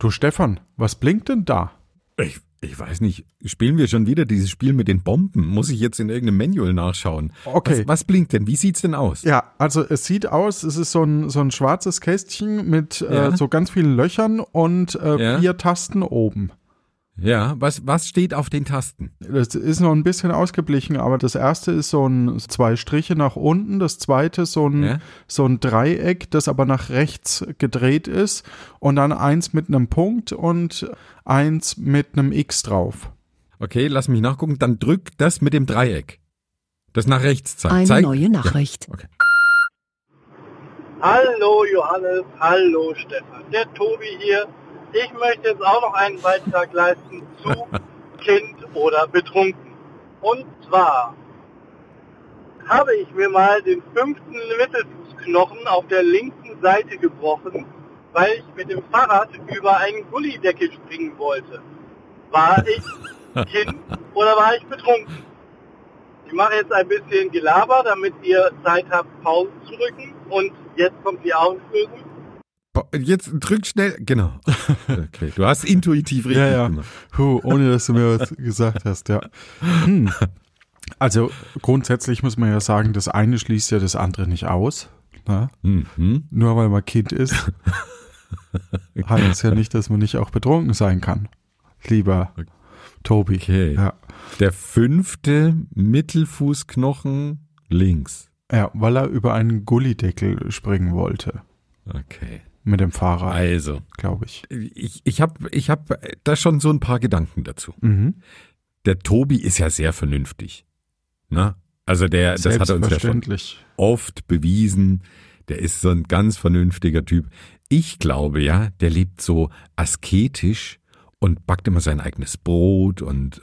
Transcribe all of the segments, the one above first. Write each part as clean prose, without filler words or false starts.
Du Stefan, was blinkt denn da? Ich weiß nicht, spielen wir schon wieder dieses Spiel mit den Bomben? Muss ich jetzt in irgendeinem Manual nachschauen? Okay. Was blinkt denn? Wie sieht's denn aus? Ja, also es sieht aus, es ist so ein schwarzes Kästchen mit so ganz vielen Löchern und 4 Tasten oben. Ja, was steht auf den Tasten? Das ist noch ein bisschen ausgeblichen, aber das erste ist 2 Striche nach unten, das zweite so ein Dreieck, das aber nach rechts gedreht ist und dann 1 mit einem Punkt und 1 mit einem X drauf. Okay, lass mich nachgucken, dann drück das mit dem Dreieck. Das nach rechts zeigt. Eine neue Nachricht. Ja. Okay. Hallo Johannes, hallo Stefan, der Tobi hier. Ich möchte jetzt auch noch einen Beitrag leisten zu Kind oder betrunken. Und zwar habe ich mir mal den 5. Mittelfußknochen auf der linken Seite gebrochen, weil ich mit dem Fahrrad über einen Gullydeckel springen wollte. War ich Kind oder war ich betrunken? Ich mache jetzt ein bisschen Gelaber, damit ihr Zeit habt, Pause zu drücken. Und jetzt kommt die Auflösung. Jetzt drück schnell, genau. Okay, du hast intuitiv richtig gemacht. Ohne dass du mir was gesagt hast, ja. Also grundsätzlich muss man ja sagen, das eine schließt ja das andere nicht aus. Ne? Nur weil man Kind ist, heißt es ja nicht, dass man nicht auch betrunken sein kann. Lieber Tobi. Okay. Ja. Der 5. Mittelfußknochen links. Ja, weil er über einen Gullydeckel springen wollte. Okay. Mit dem Fahrrad. Also, glaube ich. Ich hab da schon so ein paar Gedanken dazu. Der Tobi ist ja sehr vernünftig. Ne? Also das hat er uns ja schon oft bewiesen. Der ist so ein ganz vernünftiger Typ. Ich glaube ja, der lebt so asketisch und backt immer sein eigenes Brot und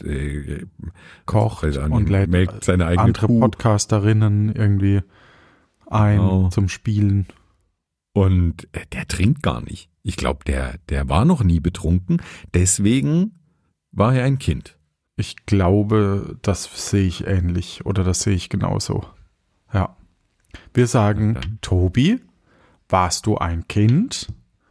kocht und melkt seine eigene andere Kuh. Podcasterinnen irgendwie ein zum Spielen. Und der trinkt gar nicht. Ich glaube, der war noch nie betrunken. Deswegen war er ein Kind. Ich glaube, das sehe ich ähnlich oder das sehe ich genauso. Ja. Wir sagen, Tobi, warst du ein Kind?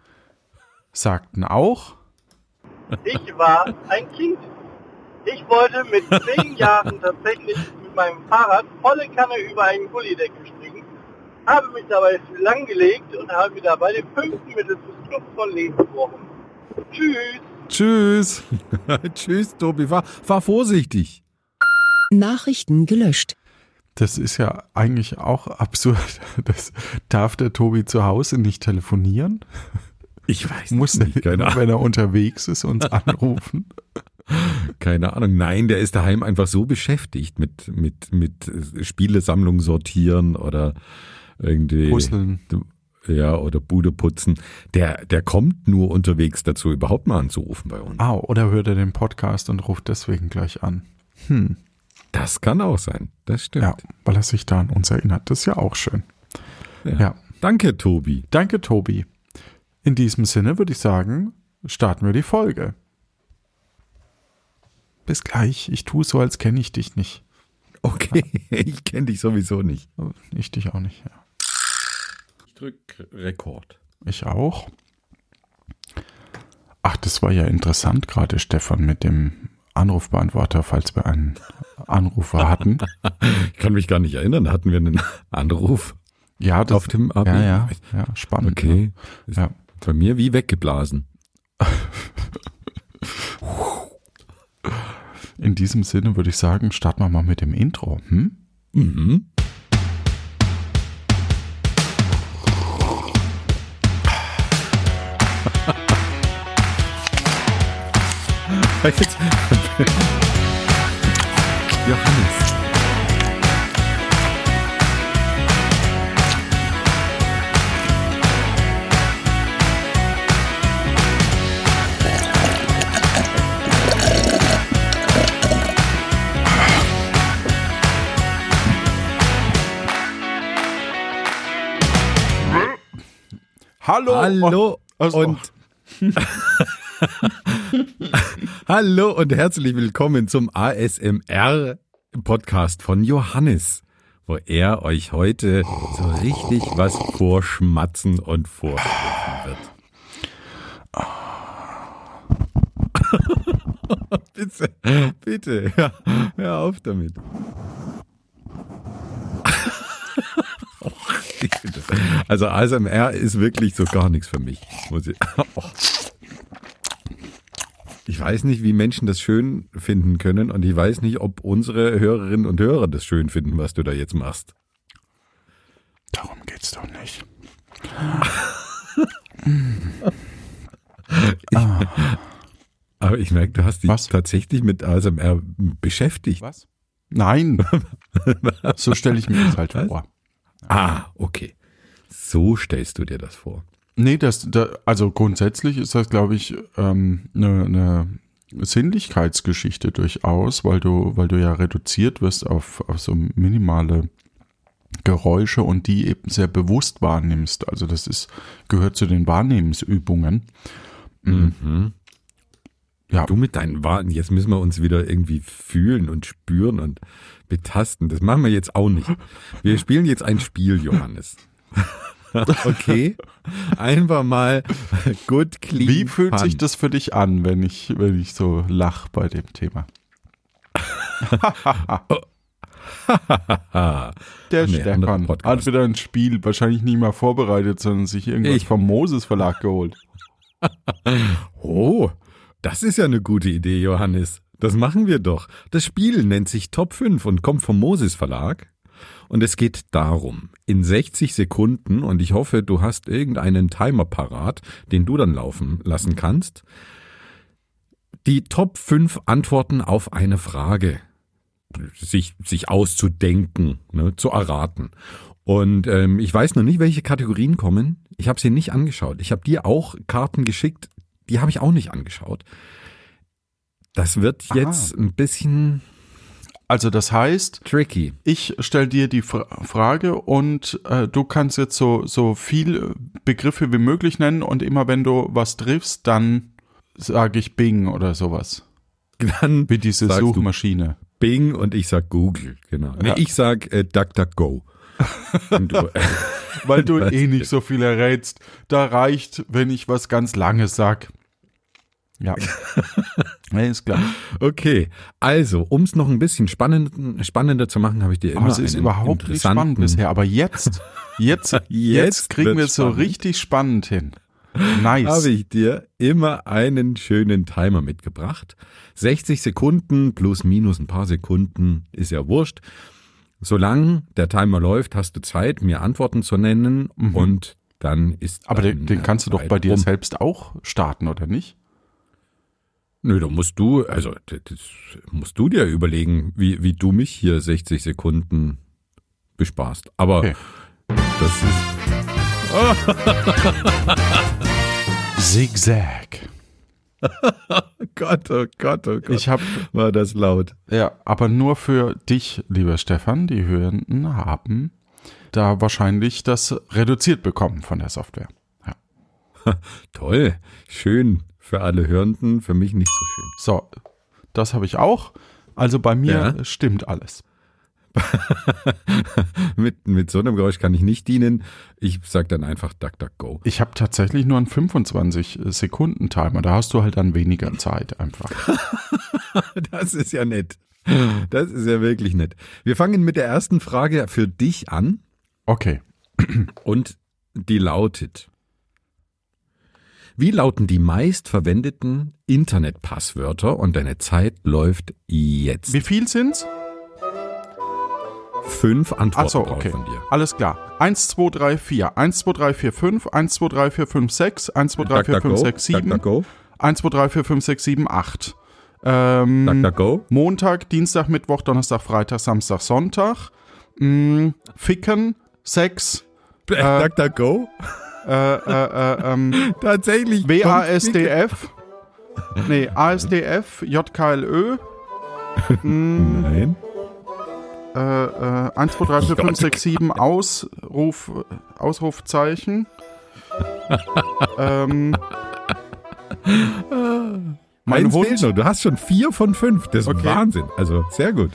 Sagten auch. Ich war ein Kind. Ich wollte mit 10 Jahren tatsächlich mit meinem Fahrrad volle Kanne über einen Gullydeckel springen. Habe mich dabei langgelegt und habe mir dabei den 5. Mittelfußknochen von links gebrochen. Tschüss. Tschüss. Tschüss, Tobi. Fahr vorsichtig. Nachrichten gelöscht. Das ist ja eigentlich auch absurd. Darf der Tobi zu Hause nicht telefonieren? Ich weiß nicht. Muss nicht, wenn er unterwegs ist, uns anrufen? Keine Ahnung. Nein, der ist daheim einfach so beschäftigt mit Spielesammlung sortieren oder irgendwie Puzzeln. Ja, oder Bude putzen. Der kommt nur unterwegs dazu, überhaupt mal anzurufen bei uns. Oder hört er den Podcast und ruft deswegen gleich an. Das kann auch sein, das stimmt. Ja, weil er sich da an uns erinnert. Das ist ja auch schön. Ja. Danke, Tobi. Danke, Tobi. In diesem Sinne würde ich sagen, starten wir die Folge. Bis gleich. Ich tue so, als kenne ich dich nicht. Okay, ich kenne dich sowieso nicht. Ich dich auch nicht, ja. Ich drück Rekord. Ich auch. Ach, das war ja interessant gerade, Stefan, mit dem Anrufbeantworter, falls wir einen Anrufer hatten. Ich kann mich gar nicht erinnern, hatten wir einen Anruf auf dem AB? Ja, spannend. Okay, ja. Bei mir wie weggeblasen. In diesem Sinne würde ich sagen, starten wir mal mit dem Intro. Mhm. Johannes. Hallo und hallo und herzlich willkommen zum ASMR-Podcast von Johannes, wo er euch heute so richtig was vorschmatzen und vorschmatzen wird. Bitte, hör auf damit. Also ASMR ist wirklich so gar nichts für mich. Ich weiß nicht, wie Menschen das schön finden können und ich weiß nicht, ob unsere Hörerinnen und Hörer das schön finden, was du da jetzt machst. Darum geht's doch nicht. Aber ich merke, du hast dich tatsächlich mit ASMR beschäftigt. Was? Nein. So stelle ich mir das halt vor. Ah, okay. So stellst du dir das vor. Nee, also grundsätzlich ist das, glaube ich, eine Sinnlichkeitsgeschichte durchaus, weil du ja reduziert wirst auf so minimale Geräusche und die eben sehr bewusst wahrnimmst. Also das gehört zu den Wahrnehmensübungen. Mhm. Ja. Du mit deinen Worten, jetzt müssen wir uns wieder irgendwie fühlen und spüren und betasten. Das machen wir jetzt auch nicht. Wir spielen jetzt ein Spiel, Johannes. Okay? Einfach mal good, clean. Wie fühlt fun. sich das für dich an, wenn ich so lach bei dem Thema? Der Stefan hat wieder ein Spiel, wahrscheinlich nicht mal vorbereitet, sondern sich irgendwas vom Moses Verlag geholt. Oh, das ist ja eine gute Idee, Johannes. Das machen wir doch. Das Spiel nennt sich Top 5 und kommt vom Moses Verlag. Und es geht darum, in 60 Sekunden, und ich hoffe, du hast irgendeinen Timer parat, den du dann laufen lassen kannst, die Top 5 Antworten auf eine Frage sich auszudenken, ne, zu erraten. Und ich weiß noch nicht, welche Kategorien kommen. Ich habe sie nicht angeschaut. Ich habe dir auch Karten geschickt, die habe ich auch nicht angeschaut. Das wird jetzt ein bisschen... Also das heißt, tricky. Ich stelle dir die Frage und du kannst jetzt so viel Begriffe wie möglich nennen und immer wenn du was triffst, dann sage ich Bing oder sowas. Dann wie diese Suchmaschine. Bing und ich sag Google, genau. Nee, ich sag DuckDuckGo. Weil du nicht so viel errätst. Da reicht, wenn ich was ganz Langes sag. Ja. Nee, ist klar. Okay, also, um es noch ein bisschen spannender zu machen, habe ich dir immer es ist überhaupt nicht spannend bisher, aber jetzt kriegen wir es so richtig spannend hin. Nice. Habe ich dir immer einen schönen Timer mitgebracht. 60 Sekunden plus minus ein paar Sekunden, ist ja wurscht. Solange der Timer läuft, hast du Zeit, mir Antworten zu nennen und dann ist... Aber den kannst du doch bei dir selbst auch starten, oder nicht? Nö, das musst du dir überlegen, wie du mich hier 60 Sekunden bespaßt. Aber das ist... Zigzag. Gott, oh Gott, oh Gott. War das laut. Ja, aber nur für dich, lieber Stefan, die Hörenden haben da wahrscheinlich das reduziert bekommen von der Software. Ja. Toll, schön für alle Hörenden, für mich nicht so schön. So, das habe ich auch. Also bei mir stimmt alles. mit so einem Geräusch kann ich nicht dienen. Ich sage dann einfach DuckDuckGo. Ich habe tatsächlich nur einen 25-Sekunden-Timer. Da hast du halt dann weniger Zeit einfach. Das ist ja nett. Das ist ja wirklich nett. Wir fangen mit der ersten Frage für dich an. Okay. Und die lautet: Wie lauten die meistverwendeten Internetpasswörter? Und deine Zeit läuft jetzt. Wie viel sind's? 5 Antworten okay. Von dir. Alles klar. 1, 2, 3, 4. 1, 2, 3, 4, 5. 1, 2, 3, 4, 5, 6. 1, 2, 3, 4, 5, 6, 7. 1, 2, 3, 4, 5, 6, 7, 8. Montag, Dienstag, Mittwoch, Donnerstag, Freitag, Samstag, Sonntag. Ficken, Sex. DuckDuckGo? Tatsächlich. WASDF. Nee, ASDF, JKLÖ. Nein. 1, 2, 3, 4, 5, 6, 7, Ausrufzeichen. Mein Hund. Du hast schon 4 von 5. Das ist Wahnsinn. Also, sehr gut.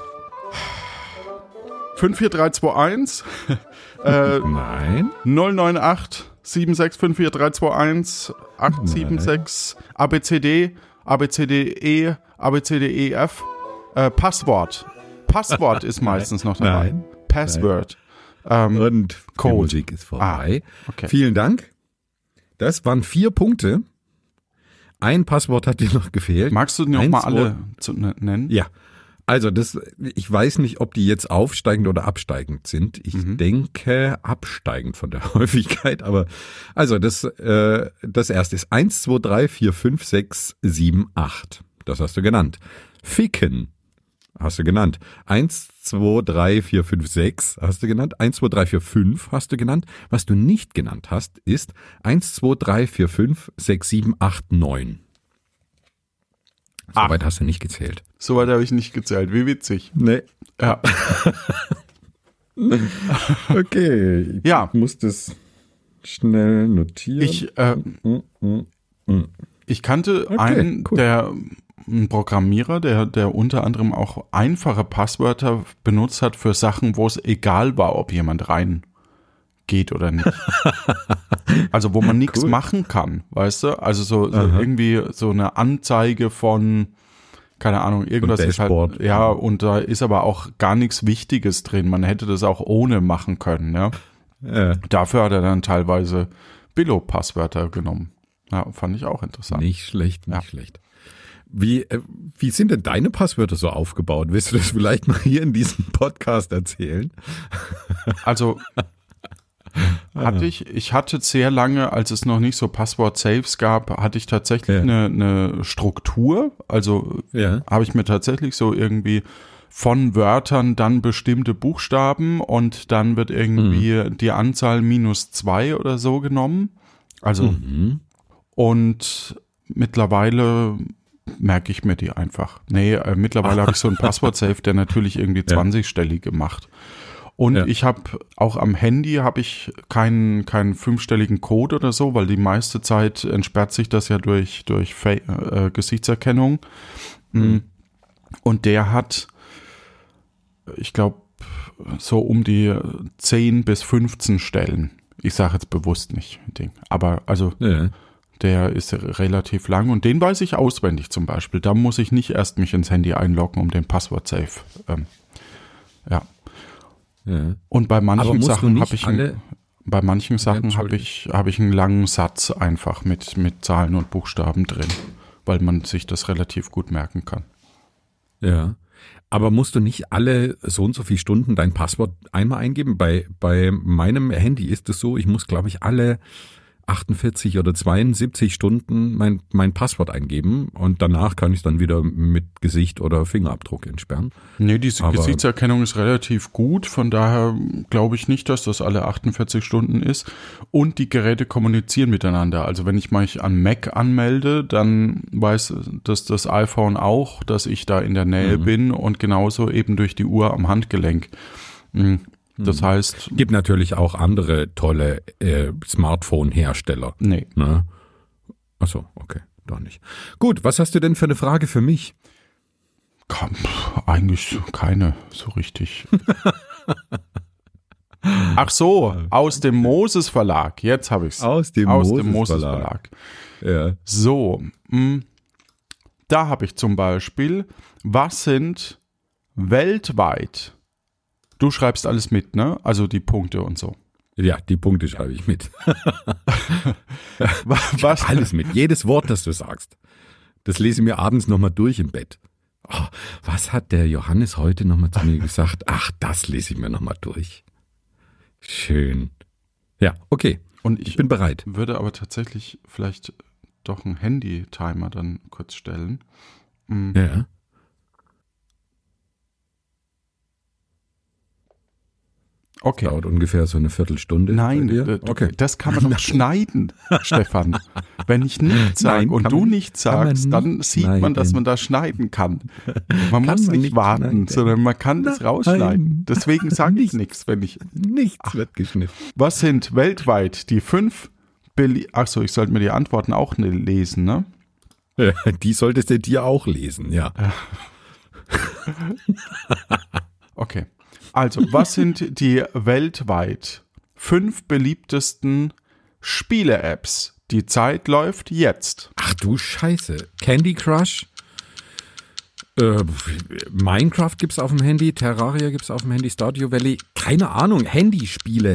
54321. Nein. 098 7654321 876 ABCD, ABCDE, A, B, C, D, E, F. Passwort. Passwort ist meistens noch dabei. Nein. Password. Und Code. Die Musik ist vorbei. Okay. Vielen Dank. Das waren 4 Punkte. Ein Passwort hat dir noch gefehlt. Magst du noch mal alle nennen? Ja. Also ich weiß nicht, ob die jetzt aufsteigend oder absteigend sind. Ich denke absteigend von der Häufigkeit, aber also das erste ist 1, 2, 3, 4, 5, 6, 7, 8. Das hast du genannt. Ficken hast du genannt. 1, 2, 3, 4, 5, 6 hast du genannt. 1, 2, 3, 4, 5 hast du genannt. Was du nicht genannt hast, ist 1, 2, 3, 4, 5, 6, 7, 8, 9. Soweit hast du nicht gezählt. Soweit habe ich nicht gezählt. Wie witzig. Nee. Ja. Okay. Ja. Ich muss das schnell notieren. Ich kannte einen, ein Programmierer, der unter anderem auch einfache Passwörter benutzt hat für Sachen, wo es egal war, ob jemand reingeht oder nicht. Also wo man nichts machen kann, weißt du? Also so irgendwie so eine Anzeige von, keine Ahnung, irgendwas ist halt, ja, und da ist aber auch gar nichts Wichtiges drin. Man hätte das auch ohne machen können, ja. Dafür hat er dann teilweise Billo-Passwörter genommen. Ja, fand ich auch interessant. Nicht schlecht. Wie sind denn deine Passwörter so aufgebaut? Willst du das vielleicht mal hier in diesem Podcast erzählen? Also ich hatte sehr lange, als es noch nicht so Passwort-Saves gab, hatte ich tatsächlich eine Struktur. Also habe ich mir tatsächlich so irgendwie von Wörtern dann bestimmte Buchstaben und dann wird irgendwie die Anzahl -2 oder so genommen. Also und mittlerweile merke ich mir die einfach. Mittlerweile habe ich so einen Passwort-Safe, der natürlich irgendwie 20-stellig gemacht. Und ich habe auch am Handy habe ich keinen 5-stelligen Code oder so, weil die meiste Zeit entsperrt sich das ja durch Gesichtserkennung. Und der hat, ich glaube, so um die 10 bis 15 Stellen. Ich sage jetzt bewusst nicht Ding. Aber also der ist relativ lang und den weiß ich auswendig zum Beispiel. Da muss ich nicht erst mich ins Handy einloggen, um den Passwort-Safe. Und bei manchen Sachen habe ich einen langen Satz einfach mit Zahlen und Buchstaben drin, weil man sich das relativ gut merken kann. Ja. Aber musst du nicht alle so und so viele Stunden dein Passwort einmal eingeben? Bei meinem Handy ist es so, ich muss, glaube ich, alle 48 oder 72 Stunden mein Passwort eingeben und danach kann ich es dann wieder mit Gesicht oder Fingerabdruck entsperren. Nee, diese Gesichtserkennung ist relativ gut, von daher glaube ich nicht, dass das alle 48 Stunden ist und die Geräte kommunizieren miteinander. Also wenn ich mich an Mac anmelde, dann weiß das iPhone auch, dass ich da in der Nähe bin und genauso eben durch die Uhr am Handgelenk. Das heißt, gibt natürlich auch andere tolle Smartphone-Hersteller. Nee. Ne? Achso, okay, doch nicht. Gut, was hast du denn für eine Frage für mich? Eigentlich keine so richtig. Ach so, aus dem Moses Verlag. Jetzt habe ich es. Aus dem Moses Verlag. Ja. So, da habe ich zum Beispiel, was sind weltweit... Du schreibst alles mit, ne? Also die Punkte und so. Ja, die Punkte schreibe ich mit. Was? Alles mit. Jedes Wort, das du sagst. Das lese ich mir abends nochmal durch im Bett. Oh, was hat der Johannes heute nochmal zu mir gesagt? Ach, das lese ich mir nochmal durch. Schön. Ja, okay. Und ich bin bereit. Würde aber tatsächlich vielleicht doch einen Handy-Timer dann kurz stellen. Ja. Okay. Dauert ungefähr so eine Viertelstunde. Nein, okay. Das kann man doch schneiden, Stefan. Wenn ich nichts sage und du nichts sagst, dann sieht man, dass man da schneiden kann. Man muss nicht warten, sondern man kann das rausschneiden. Deswegen sage ich nichts, wenn ich... Nichts wird geschnitten. Was sind weltweit die 5 Achso, ich sollte mir die Antworten auch lesen, ne? Ja, die solltest du dir auch lesen, ja. Okay. Also, was sind die weltweit 5 beliebtesten Spiele-Apps? Die Zeit läuft jetzt. Ach du Scheiße. Candy Crush, Minecraft gibt's auf dem Handy, Terraria gibt's auf dem Handy, Stardew Valley, keine Ahnung, Handyspiele.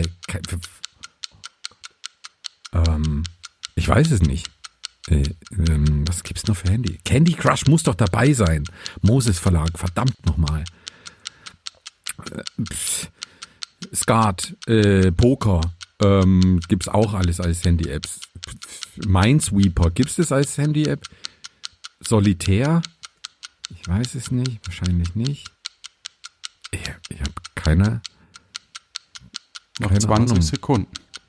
Ich weiß es nicht. Was gibt's noch für Handy? Candy Crush muss doch dabei sein. Moses Verlag, verdammt nochmal. Skat, Poker, gibt's auch alles als Handy-Apps. Minesweeper, gibt's das als Handy-App? Solitär? Ich weiß es nicht, wahrscheinlich nicht. Ich habe keine. Noch 20 Ahnung. Sekunden.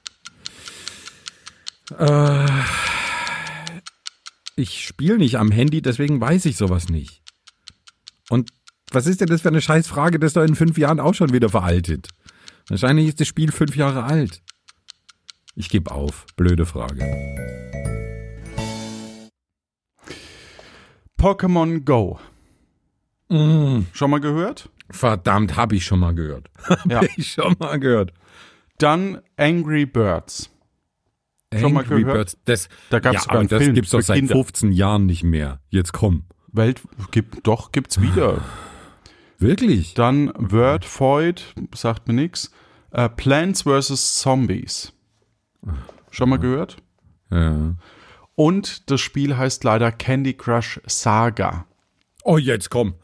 Ich spiele nicht am Handy, deswegen weiß ich sowas nicht. Und was ist denn das für eine Scheißfrage, das ist doch in 5 Jahren auch schon wieder veraltet. Wahrscheinlich ist das Spiel 5 Jahre alt. Ich gebe auf. Blöde Frage. Pokémon Go. Schon mal gehört? Verdammt, habe ich schon mal gehört. Dann Angry Birds. Schon mal Angry gehört? Birds, das, Da gab's sogar einen das Film gibt's doch für seit Kinder. 15 Jahren nicht mehr. Jetzt komm. Gibt's wieder. Wirklich? Dann Word Void, sagt mir nix. Plants vs. Zombies. Schon mal gehört? Ja. Und das Spiel heißt leider Candy Crush Saga. Oh, jetzt komm.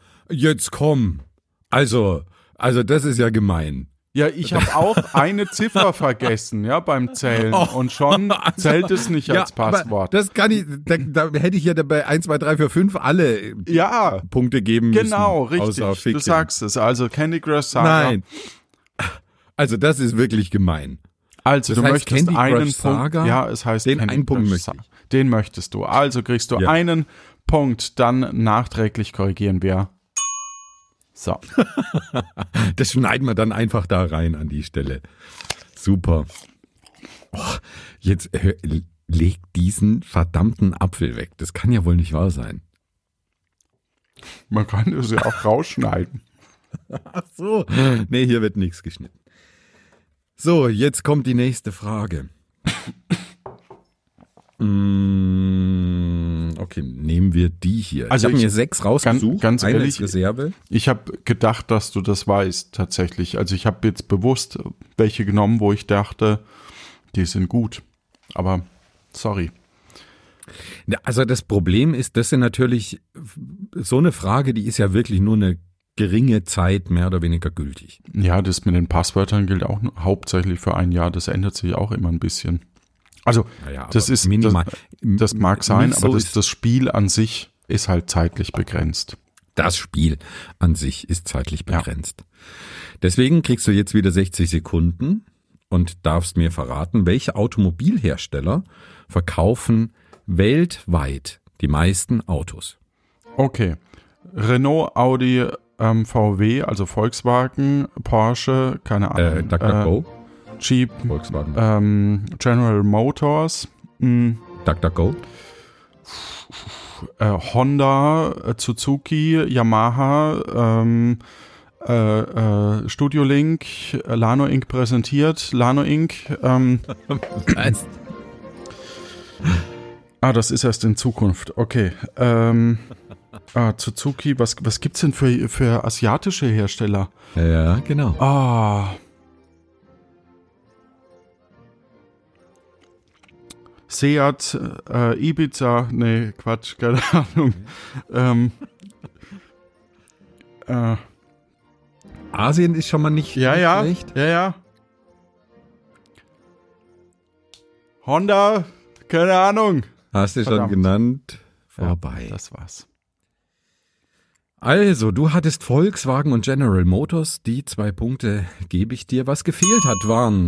Also das ist ja gemein. Ja, ich habe auch eine Ziffer vergessen, ja, beim Zählen. Und schon zählt es nicht als Passwort. Das kann ich, da hätte ich ja bei 1, 2, 3, 4, 5 alle Punkte geben müssen. Genau, außer richtig. Fiction. Du sagst es. Also Candy Crush Saga. Nein. Also das ist wirklich gemein. Also Das du heißt möchtest Candy einen Crush Saga? Punkt. Ja, es heißt Den Candy einen Punkt Crush möchte Saga. Den möchtest du. Also kriegst du einen Punkt. Dann nachträglich korrigieren wir. So. Das schneiden wir dann einfach da rein an die Stelle. Super. Oh, jetzt leg diesen verdammten Apfel weg. Das kann ja wohl nicht wahr sein. Man kann es ja auch rausschneiden. Ach so. Nee, hier wird nichts geschnitten. So, jetzt kommt die nächste Frage. Okay, nehmen wir die hier. Also ich habe mir 6 rausgesucht. Ganz eine ehrlich, ist Reserve. ich habe gedacht, dass du das weißt tatsächlich. Also ich habe jetzt bewusst welche genommen, wo ich dachte, die sind gut. Aber sorry. Also das Problem ist, das sind natürlich so eine Frage, die ist ja wirklich nur eine geringe Zeit mehr oder weniger gültig. Ja, das mit den Passwörtern gilt auch hauptsächlich für ein Jahr. Das ändert sich auch immer ein bisschen. Also Naja, das ist minimal. das mag sein, Nicht so aber ist- das Spiel an sich ist halt zeitlich begrenzt. Das Spiel an sich ist zeitlich begrenzt. Deswegen kriegst du jetzt wieder 60 Sekunden und darfst mir verraten, welche Automobilhersteller verkaufen weltweit die meisten Autos. Okay. Renault, Audi, VW, also Volkswagen, Porsche, keine Ahnung. DuckDuckGo, Jeep, Volkswagen, General Motors, DuckDuckGo, Honda, Suzuki, Yamaha, Studio Link, Lano Inc. präsentiert, Lano Inc. Das ist erst in Zukunft. Okay. Suzuki, was gibt's denn für asiatische Hersteller? Ja, genau. Seat, Ibiza, nee, Quatsch, keine Ahnung. Asien ist schon mal nicht schlecht. Ja. Honda, keine Ahnung. Hast du schon Verdammt. genannt? Vorbei. Ja, das war's. Also, du hattest Volkswagen und General Motors. Die 2 Punkte gebe ich dir. Was gefehlt hat,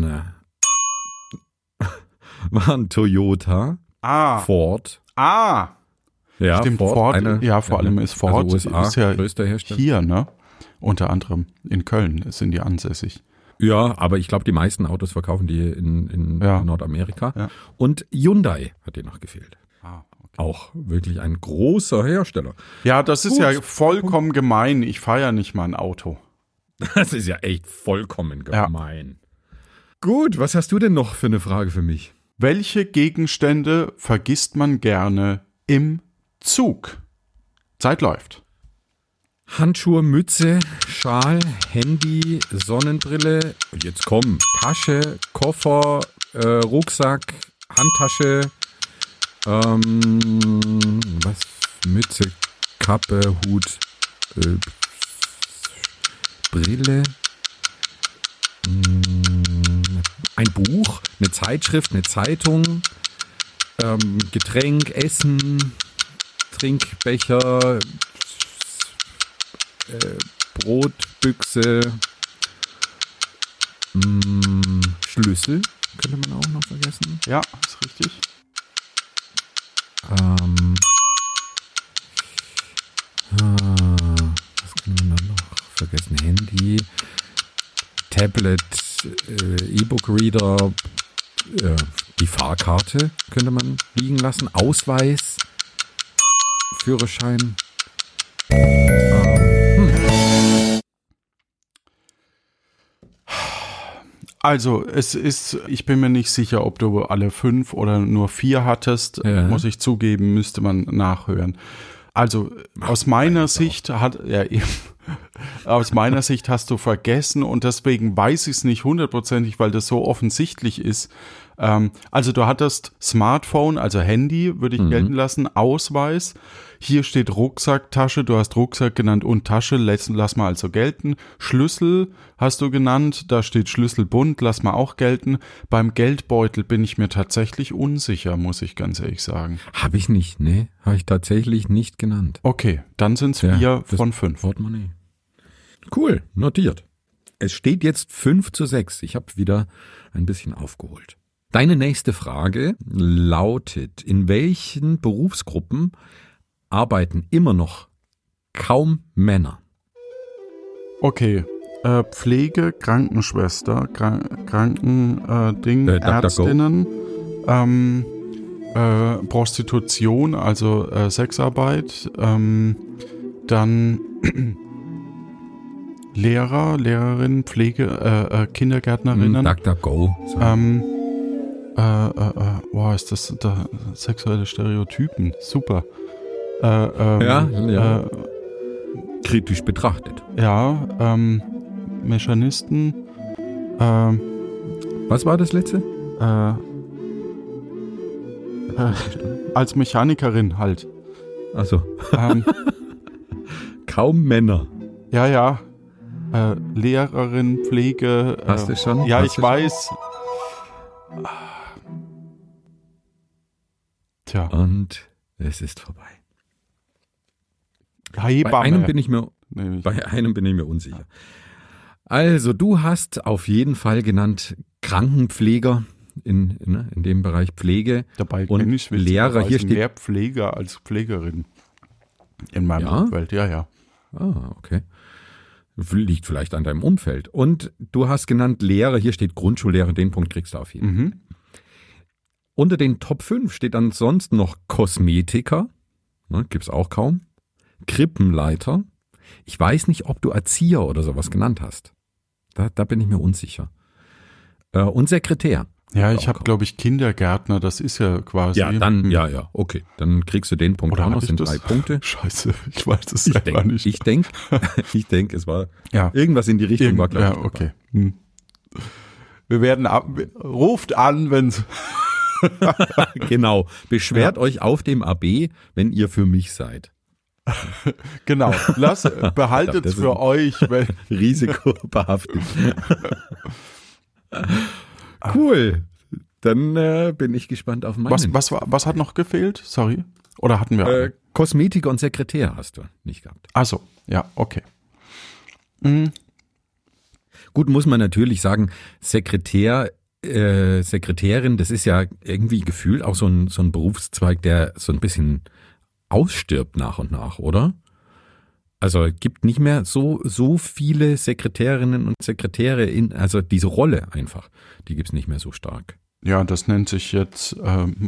waren Toyota, Ford. Ja, stimmt, Ford, vor allem ist Ford also USA, ist ja größter Hersteller. hier, ne? Unter anderem in Köln sind die ansässig. Ja, aber ich glaube, die meisten Autos verkaufen die in Nordamerika. Ja. Und Hyundai hat dir noch gefehlt. Okay. Auch wirklich ein großer Hersteller. Ja, das ist Gut. ja vollkommen gemein. Ich fahre ja nicht mal ein Auto. Das ist ja echt vollkommen gemein. Gut, was hast du denn noch für eine Frage für mich? Welche Gegenstände vergisst man gerne im Zug? Zeit läuft. Handschuhe, Mütze, Schal, Handy, Sonnenbrille, jetzt komm, Tasche, Koffer, Rucksack, Handtasche, was? Mütze, Kappe, Hut, Brille, ein Buch, eine Zeitschrift, eine Zeitung, Getränk, Essen, Trinkbecher, Brotbüchse, Schlüssel könnte man auch noch vergessen. Ja, ist richtig. Was können wir noch vergessen? Handy, Tablet, E-Book-Reader, die Fahrkarte könnte man liegen lassen, Ausweis, Führerschein. Also, ich bin mir nicht sicher, ob du alle 5 oder nur 4 hattest, muss ich zugeben, müsste man nachhören. Also, aus meiner Sicht hast du vergessen und deswegen weiß ich es nicht 100%, weil das so offensichtlich ist. Also, du hattest Smartphone, also Handy, würde ich gelten lassen, Ausweis. Hier steht Rucksack, Tasche, du hast Rucksack genannt und Tasche, lass mal also gelten. Schlüssel hast du genannt, da steht Schlüsselbund, lass mal auch gelten. Beim Geldbeutel bin ich mir tatsächlich unsicher, muss ich ganz ehrlich sagen. Habe ich nicht, ne? Habe ich tatsächlich nicht genannt. Okay, dann sind es 4 von 5. Portemonnaie. Cool, notiert. Es steht jetzt 5:6. Ich habe wieder ein bisschen aufgeholt. Deine nächste Frage lautet, in welchen Berufsgruppen arbeiten immer noch kaum Männer? Okay, Pflege, Krankenschwester, Ärztinnen, Prostitution, also Sexarbeit, dann Lehrer, Lehrerinnen, Pflege, Kindergärtnerinnen. DuckDuckGo. Ist das da sexuelle Stereotypen? Super. Kritisch betrachtet. Ja, Mechanisten. Was war das letzte? Als Mechanikerin halt. Achso. Kaum Männer. Ja. Lehrerin, Pflege. Hast du schon? Ja, ich weiß. Tja. Und es ist vorbei. Hebamme. Bei einem bin ich mir unsicher. Also, du hast auf jeden Fall genannt Krankenpfleger in dem Bereich Pflege. Dabei und ich Lehrer. Hier steht mehr Pfleger als Pflegerin in meinem Umfeld. Ja. Ah, okay. Liegt vielleicht an deinem Umfeld. Und du hast genannt Lehrer. Hier steht Grundschullehrer. Den Punkt kriegst du auf jeden Fall. Unter den Top 5 steht ansonsten noch Kosmetiker. Gibt's auch kaum. Krippenleiter. Ich weiß nicht, ob du Erzieher oder sowas genannt hast. Da bin ich mir unsicher. Und Sekretär. Ja, ich habe, glaube ich, Kindergärtner. Das ist ja quasi. Ja, dann, okay. Dann kriegst du den Punkt auch noch. Das sind 3 Punkte. Scheiße, ich weiß es selber nicht. Ich denke, es war irgendwas in die Richtung. War, glaube ich. Ja, okay. Wir werden ruft an, wenn's. Genau. Beschwert euch auf dem AB, wenn ihr für mich seid. Genau. Behaltet es für euch. Risikobehaftet. Cool. Dann bin ich gespannt auf meinen. Was hat noch gefehlt? Sorry. Oder hatten wir? Kosmetiker und Sekretär hast du nicht gehabt. Ach so. Ja, okay. Gut, muss man natürlich sagen, Sekretärin, das ist ja irgendwie gefühlt auch so ein Berufszweig, der so ein bisschen ausstirbt nach und nach, oder? Also gibt nicht mehr so viele Sekretärinnen und Sekretäre also diese Rolle einfach, die gibt's nicht mehr so stark. Ja, das nennt sich jetzt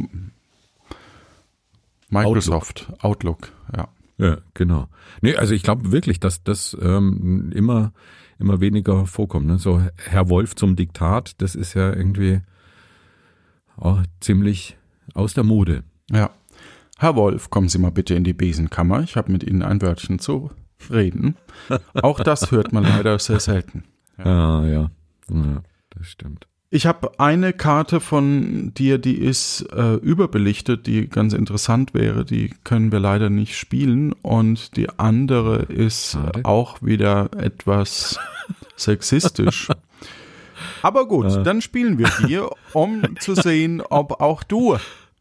Microsoft Outlook, ja. Ja, genau. Nee, also ich glaube wirklich, dass das immer weniger vorkommt. Ne? So Herr Wolf zum Diktat, das ist ja irgendwie auch ziemlich aus der Mode. Ja. Herr Wolf, kommen Sie mal bitte in die Besenkammer. Ich habe mit Ihnen ein Wörtchen zu reden. Auch das hört man leider sehr selten. Ja, das stimmt. Ich habe eine Karte von dir, die ist überbelichtet, die ganz interessant wäre. Die können wir leider nicht spielen. Und die andere ist auch wieder etwas sexistisch. Aber gut, dann spielen wir die, um zu sehen, ob auch du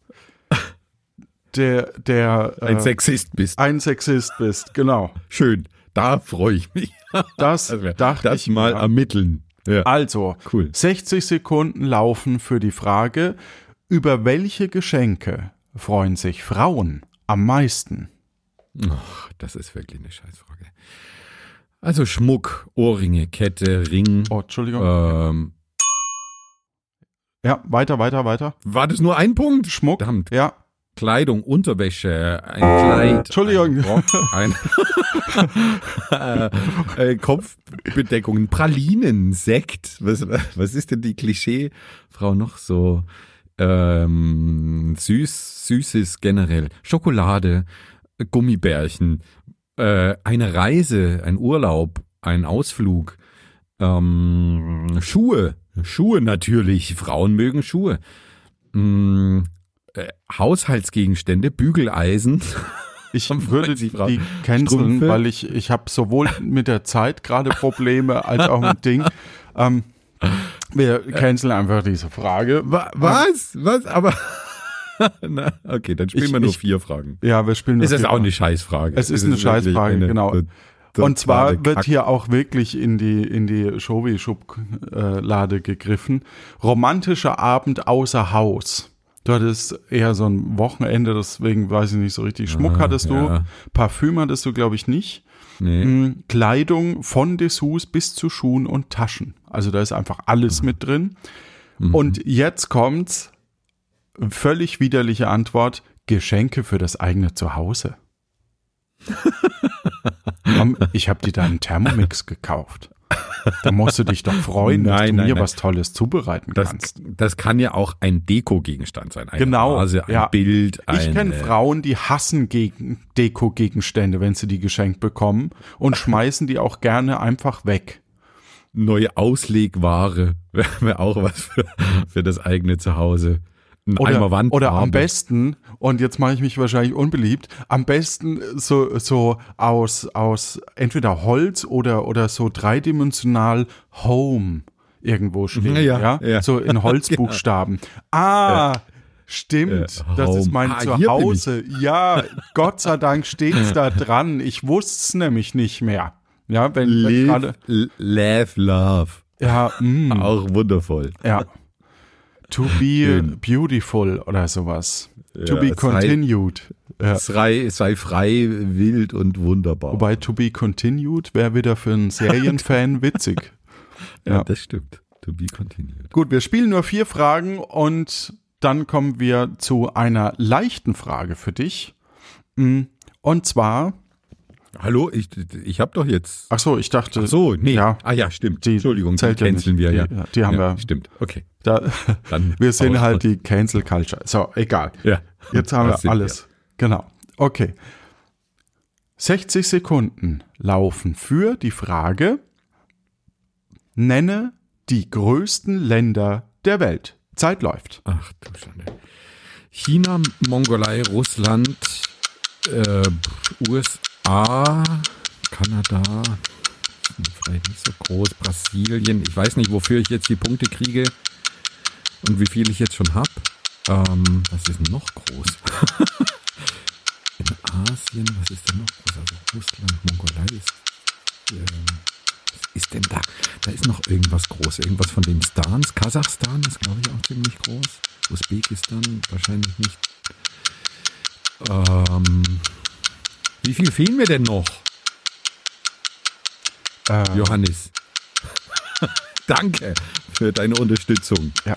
ein Sexist bist. Ein Sexist bist, genau. Schön, da freue ich mich. Das dachte ich mal ermitteln. Ja. Also, cool. 60 Sekunden laufen für die Frage, über welche Geschenke freuen sich Frauen am meisten? Ach, das ist wirklich eine Scheißfrage. Also Schmuck, Ohrringe, Kette, Ring. Oh, Entschuldigung. Ja, weiter. War das nur ein Punkt? Schmuck? Verdammt. Ja. Kleidung, Unterwäsche, ein Kleid. Entschuldigung. Ein Kopfbedeckungen, Pralinen, Sekt. Was ist denn die Klischeefrau noch so? Süßes generell. Schokolade, Gummibärchen, eine Reise, ein Urlaub, ein Ausflug, Schuhe natürlich. Frauen mögen Schuhe. Haushaltsgegenstände, Bügeleisen. Ich würde die canceln, weil ich habe sowohl mit der Zeit gerade Probleme als auch mit Ding. Wir canceln einfach diese Frage. Was? Aber na, okay, dann spielen wir nur 4 Fragen. Ja, wir spielen nur 4 Fragen. Es ist auch eine Scheißfrage. Es ist eine Scheißfrage, genau. Und zwar wird hier auch wirklich in die Schobi-Schublade gegriffen. Romantischer Abend außer Haus. Du hattest eher so ein Wochenende, deswegen weiß ich nicht so richtig. Schmuck hattest du, Parfüm hattest du, glaube ich, nicht. Nee. Kleidung von Dessous bis zu Schuhen und Taschen. Also da ist einfach alles mit drin. Und jetzt kommt's, völlig widerliche Antwort, Geschenke für das eigene Zuhause. Ich habe dir da einen Thermomix gekauft. Da musst du dich doch freuen, dass du mir was Tolles zubereiten kannst. Das kann ja auch ein Dekogegenstand sein. Eine genau. Vase, ein Bild. Ich kenne Frauen, die hassen Dekogegenstände, wenn sie die geschenkt bekommen und schmeißen die auch gerne einfach weg. Neue Auslegware wäre auch was für das eigene Zuhause. Oder am besten, und jetzt mache ich mich wahrscheinlich unbeliebt, am besten so aus entweder Holz oder so dreidimensional Home irgendwo stehen. Ja. So in Holzbuchstaben. Stimmt, das ist mein Zuhause. Ja, Gott sei Dank steht's da dran. Ich wusste es nämlich nicht mehr. Ja, wenn gerade Love. Ja, auch wundervoll. Ja. To be beautiful oder sowas. To be continued. Sei frei, wild und wunderbar. Wobei to be continued wäre wieder für einen Serienfan witzig. Ja, das stimmt. To be continued. Gut, wir spielen nur 4 Fragen und dann kommen wir zu einer leichten Frage für dich. Und zwar... Hallo, ich habe doch jetzt... Ach so, ich dachte... Ach so, nee. Ja, ja, stimmt. Entschuldigung, die canceln wir, ja. Die haben wir... Stimmt, okay. Wir sind halt die Cancel Culture. So, egal. Ja. Jetzt haben wir alles. Genau. Okay. 60 Sekunden laufen für die Frage, nenne die größten Länder der Welt. Zeit läuft. Ach du Schande. China, Mongolei, Russland, USA, Kanada, vielleicht nicht so groß, Brasilien. Ich weiß nicht, wofür ich jetzt die Punkte kriege und wie viel ich jetzt schon habe. Was ist denn noch groß? In Asien, was ist denn noch groß? Also Russland, Mongolei ist... was ist denn da? Da ist noch irgendwas groß. Irgendwas von den Stans. Kasachstan ist, glaube ich, auch ziemlich groß. Usbekistan wahrscheinlich nicht. Wie viel fehlen mir denn noch? Johannes. Danke für deine Unterstützung. Ja.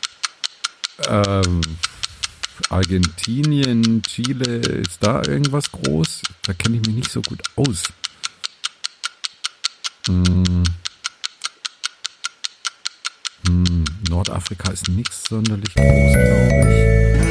Argentinien, Chile, ist da irgendwas groß? Da kenne ich mich nicht so gut aus. Nordafrika ist nicht sonderlich groß,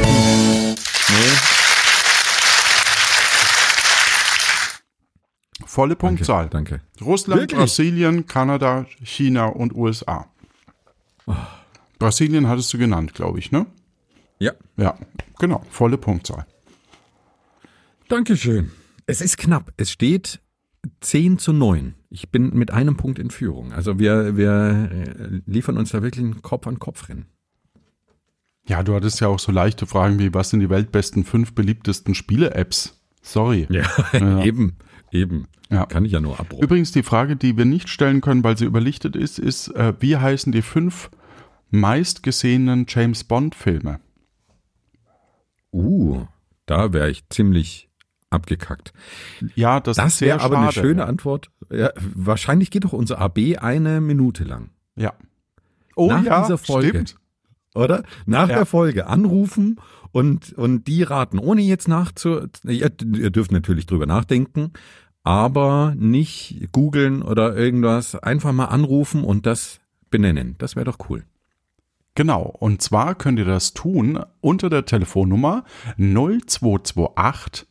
glaube ich. Nee. volle Punktzahl. Danke. Russland, Wirklich? Brasilien, Kanada, China und USA. Brasilien hattest du genannt, glaube ich, ne? Ja. Ja, genau, volle Punktzahl. Dankeschön. Es ist knapp. Es steht 10:9. Ich bin mit einem Punkt in Führung. Also wir liefern uns da wirklich ein Kopf-an-Kopf-Rennen. Ja, du hattest ja auch so leichte Fragen wie, was sind die weltbesten 5 beliebtesten Spiele-Apps? Sorry. Ja. Eben. Ja. Kann ich ja nur abrufen. Übrigens, die Frage, die wir nicht stellen können, weil sie überlichtet ist, wie heißen die 5 meistgesehenen James-Bond-Filme? Da wäre ich ziemlich abgekackt. Ja, das wäre aber eine schöne Antwort. Ja, wahrscheinlich geht doch unser AB 1 Minute lang. Ja. Oh Nach ja, dieser Folge. Stimmt. Oder? Nach der Folge anrufen und die raten, ohne jetzt ihr dürft natürlich drüber nachdenken, aber nicht googeln oder irgendwas, einfach mal anrufen und das benennen. Das wäre doch cool. Genau, und zwar könnt ihr das tun unter der Telefonnummer 0228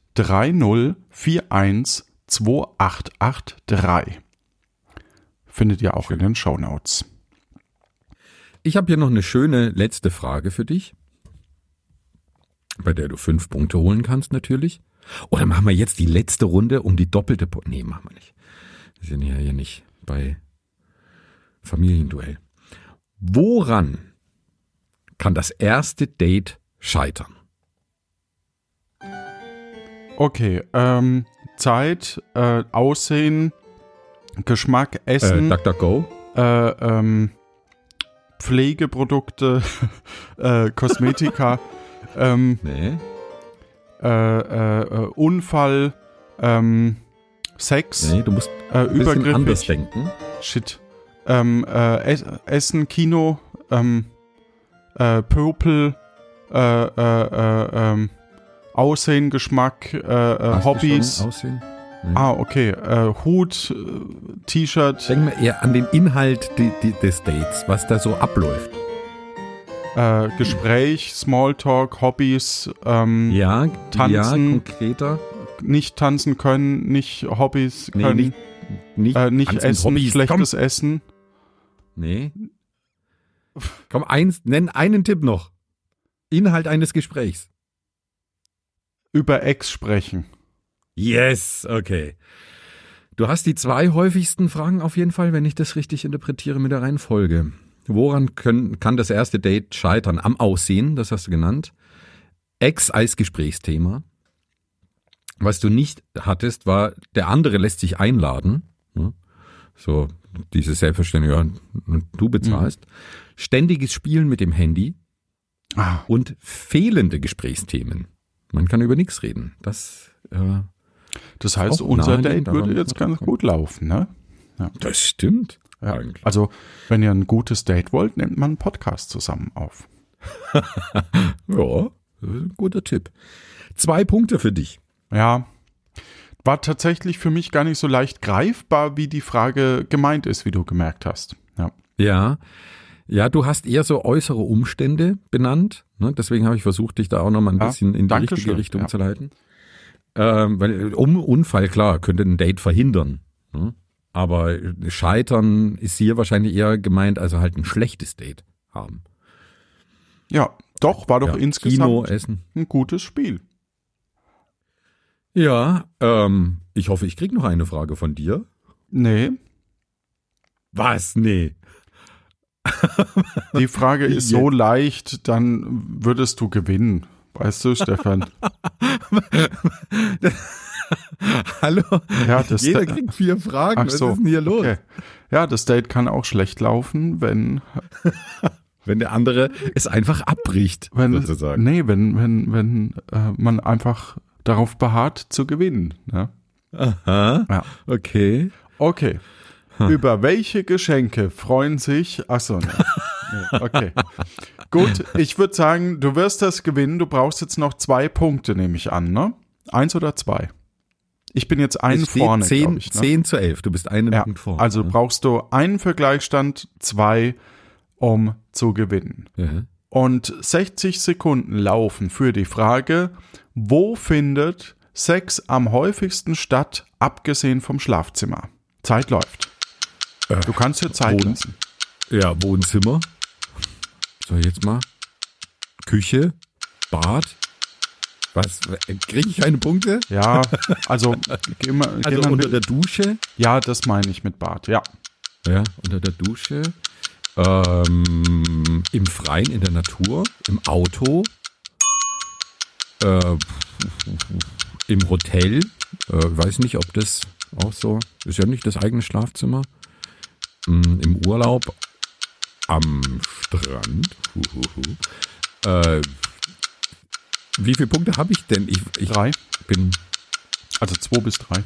3041 2883. Findet ihr auch in den Shownotes. Ich habe hier noch eine schöne letzte Frage für dich, bei der du 5 Punkte holen kannst natürlich. Oder machen wir jetzt die letzte Runde um die doppelte Nee, machen wir nicht. Wir sind ja hier nicht bei Familienduell. Woran kann das erste Date scheitern? Okay, Zeit, Aussehen, Geschmack, Essen, DuckDuckGo? Pflegeprodukte, Kosmetika, Nee. Unfall, Sex, Nee, du musst ein bisschen anders übergriffig, denken. Shit, Essen, Kino, Pöbel, Aussehen, Geschmack, Hast du Hobbys. schon Aussehen? Nee. Okay, Hut, T-Shirt, Denk mal eher an den Inhalt des Dates, was da so abläuft. Gespräch, Smalltalk, Hobbys, Ja, Tanzen. konkreter. nicht tanzen können, nicht Hobbys Nee, können, nicht Tanzen, essen, Hobbys. schlechtes Essen. Nee. Komm, nenn einen Tipp noch. Inhalt eines Gesprächs. Über Ex sprechen. Yes, okay. Du hast die 2 häufigsten Fragen auf jeden Fall, wenn ich das richtig interpretiere mit der Reihenfolge. Woran kann das erste Date scheitern? Am Aussehen, das hast du genannt. Ex als Gesprächsthema. Was du nicht hattest, war, der andere lässt sich einladen. Ne? So, dieses Selbstverständnis, ja, du bezahlst. Ständiges Spielen mit dem Handy und fehlende Gesprächsthemen. Man kann über nichts reden. Das heißt, auch unser naheliegend, Date würde aber- jetzt ganz gut laufen, ne? Das stimmt. Ja. Eigentlich. Also, wenn ihr ein gutes Date wollt, nehmt man einen Podcast zusammen auf. Ja, das ist ein guter Tipp. 2 Punkte für dich. Ja, war tatsächlich für mich gar nicht so leicht greifbar, wie die Frage gemeint ist, wie du gemerkt hast. Ja. Ja, du hast eher so äußere Umstände benannt. Ne? Deswegen habe ich versucht, dich da auch noch mal ein bisschen in die richtige Dankeschön, Richtung ja. zu leiten. Weil Unfall, klar, könnte ein Date verhindern. Ne? Aber Scheitern ist hier wahrscheinlich eher gemeint, also halt ein schlechtes Date haben. Ja, doch, war doch Ja, insgesamt Kino, Essen. ein gutes Spiel. Ja, ich hoffe, ich krieg noch eine Frage von dir. Nee, Was? Nee. die Frage ist so leicht, dann würdest du gewinnen. Weißt du, Stefan? Hallo? Ja, das Jeder kriegt 4 Fragen. Ach Was so, ist denn hier los? okay. Ja, das Date kann auch schlecht laufen, wenn Wenn der andere es einfach abbricht, sozusagen. Nee, wenn man einfach darauf beharrt zu gewinnen. Ne? Aha, Ja. okay. Okay. Über welche Geschenke freuen sich? Achso, nee. Okay. Gut, ich würde sagen, du wirst das gewinnen. Du brauchst jetzt noch 2 Punkte, nehme ich an, ne? 1 oder 2? Ich bin jetzt einen Es steht vorne, 10, glaube ich. Ne? 10:11. Du bist einen Ja, Punkt vor. also brauchst du einen für Gleichstand, 2, um zu gewinnen. Ja. Und 60 Sekunden laufen für die Frage, wo findet Sex am häufigsten statt, abgesehen vom Schlafzimmer? Zeit läuft. Du kannst dir Zeit lassen. Ja, Wohnzimmer. So, jetzt mal. Küche, Bad. Was? Kriege ich keine Punkte? Ja, also geh mal unter der Dusche? Ja, das meine ich mit Bad, ja. Ja, unter der Dusche. Im Freien, in der Natur, im Auto, im Hotel. Weiß nicht, ob das auch so ist, ja nicht das eigene Schlafzimmer. Im Urlaub, am Strand. Wie viele Punkte habe ich denn? Ich 3. bin. Also 2 bis 3.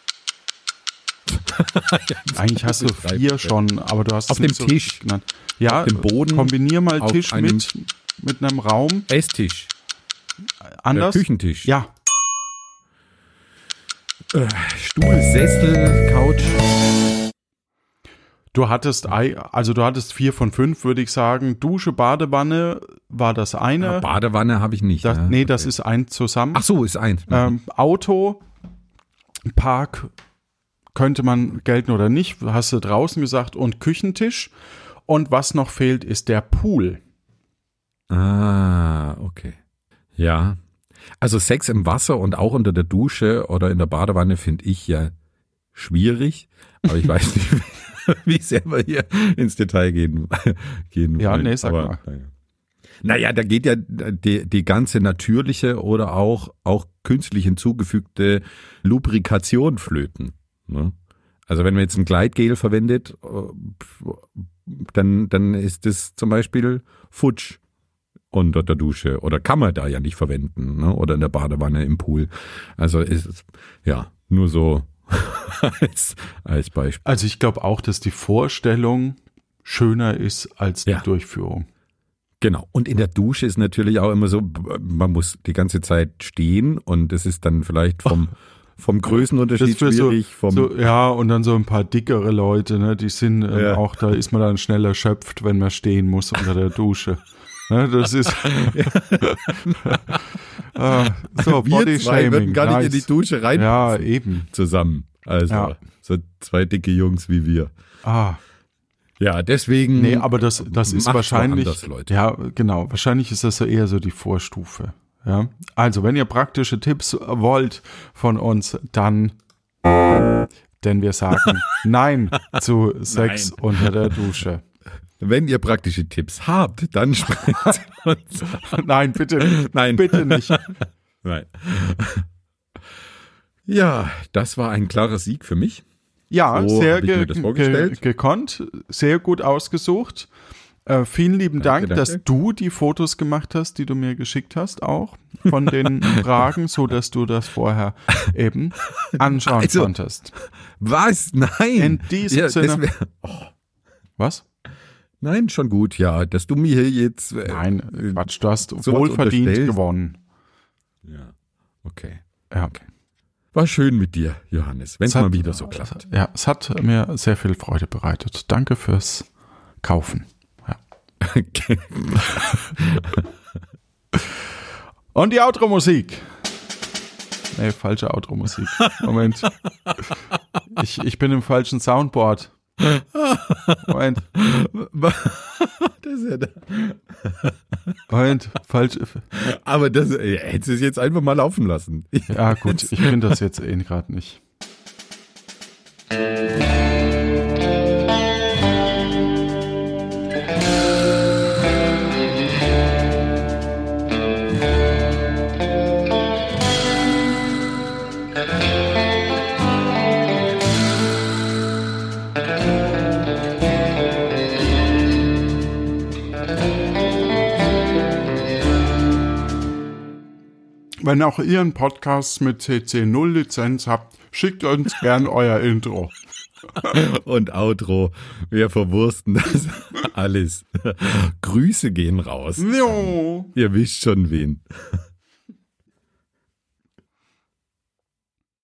Eigentlich hast du 4 schon, aber du hast auf dem Tisch genannt. Ja, auf dem Boden. Kombinier mal Tisch mit einem Raum. Esstisch. Anders? Küchentisch. Ja. Stuhl, Sessel, Couch. Du hattest 4 von 5, würde ich sagen. Dusche, Badewanne war das eine. Ja, Badewanne habe ich nicht. Das ist eins zusammen. Ach so, ist eins. Auto, Park könnte man gelten oder nicht, hast du draußen gesagt, und Küchentisch. Und was noch fehlt, ist der Pool. Ah, okay. Ja. Also Sex im Wasser und auch unter der Dusche oder in der Badewanne finde ich ja schwierig. Aber ich weiß nicht, wie sehr wir hier ins Detail gehen ja, wollen. Nee, sag mal. Naja, da geht ja die ganze natürliche oder auch künstlich hinzugefügte Lubrikation flöten. Ne? Also wenn man jetzt ein Gleitgel verwendet, dann ist das zum Beispiel futsch unter der Dusche oder kann man da ja nicht verwenden, ne? Oder in der Badewanne, im Pool. Also ist es ja nur so als Beispiel. Also ich glaube auch, dass die Vorstellung schöner ist als die Durchführung. Genau. Und in der Dusche ist natürlich auch immer so, man muss die ganze Zeit stehen und das ist dann vielleicht vom Größenunterschied schwierig. Und dann so ein paar dickere Leute, ne, die sind auch, da ist man dann schnell erschöpft, wenn man stehen muss unter der Dusche. Ne, das ist so Body-Shaming. Wir würden gar nicht in die Dusche rein. Ja, eben. Zusammen. Also so 2 dicke Jungs wie wir. Ja, deswegen. Nee, aber das ist wahrscheinlich. Ja, genau. Wahrscheinlich ist das so eher so die Vorstufe. Ja. Also, wenn ihr praktische Tipps wollt von uns, dann, denn wir sagen Nein zu Sex unter der Dusche. Wenn ihr praktische Tipps habt, dann sprecht uns. Nein, bitte nicht. Nein. Bitte nicht. Nein. Ja, das war ein klarer Sieg für mich. Ja, so sehr gekonnt, sehr gut ausgesucht. Vielen lieben Dank, dass du die Fotos gemacht hast, die du mir geschickt hast, auch von den Fragen, so dass du das vorher eben anschauen konntest. Was? Nein. In diesem Sinne. Was? Nein, schon gut, ja, dass du mir jetzt. Nein, Quatsch, du hast wohlverdient gewonnen. Ja, okay. Ja, okay. War schön mit dir, Johannes, wenn es mal wieder so klappt. Ja, es hat mir sehr viel Freude bereitet. Danke fürs Kaufen. Ja. Okay. Und die Outro-Musik. Nee, falsche Outro-Musik. Moment. Ich bin im falschen Soundboard. Moment. Das ist ja da. Moment, falsch. Aber das hättest du es jetzt einfach mal laufen lassen. Ja, gut, ich finde das jetzt gerade nicht. Wenn auch ihr einen Podcast mit CC0 Lizenz habt, schickt uns gern euer Intro. Und Outro. Wir verwursten das alles. Grüße gehen raus. Jo. Ihr wisst schon wen.